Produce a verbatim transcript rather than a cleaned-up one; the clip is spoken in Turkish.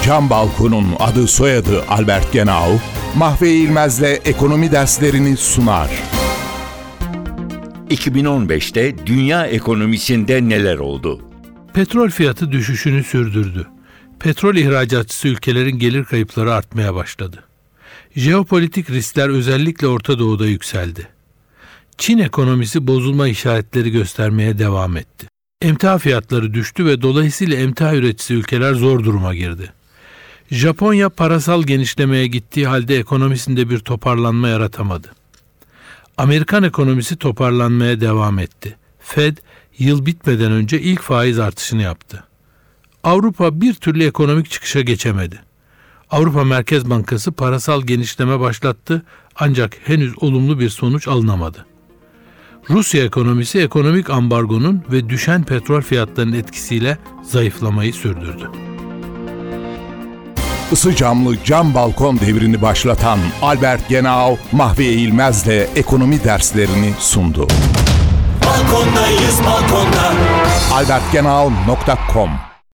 Cam Balkon'un adı soyadı Albert Genau, Mahve İlmez'le ekonomi derslerini sunar. iki bin on beşte dünya ekonomisinde neler oldu? Petrol fiyatı düşüşünü sürdürdü. Petrol ihracatçısı ülkelerin gelir kayıpları artmaya başladı. Jeopolitik riskler özellikle Orta Doğu'da yükseldi. Çin ekonomisi bozulma işaretleri göstermeye devam etti. Emtia fiyatları düştü ve dolayısıyla emtia üreticisi ülkeler zor duruma girdi. Japonya parasal genişlemeye gittiği halde ekonomisinde bir toparlanma yaratamadı. Amerikan ekonomisi toparlanmaya devam etti. Fed yıl bitmeden önce ilk faiz artışını yaptı. Avrupa bir türlü ekonomik çıkışa geçemedi. Avrupa Merkez Bankası parasal genişleme başlattı ancak henüz olumlu bir sonuç alınamadı. Rusya ekonomisi ekonomik ambargonun ve düşen petrol fiyatlarının etkisiyle zayıflamayı sürdürdü. Isı camlı Cam Balkon devrini başlatan Albert Genau, Mahve İlmez'le ekonomi derslerini sundu. Balkondayız balkonda. albertgenau nokta com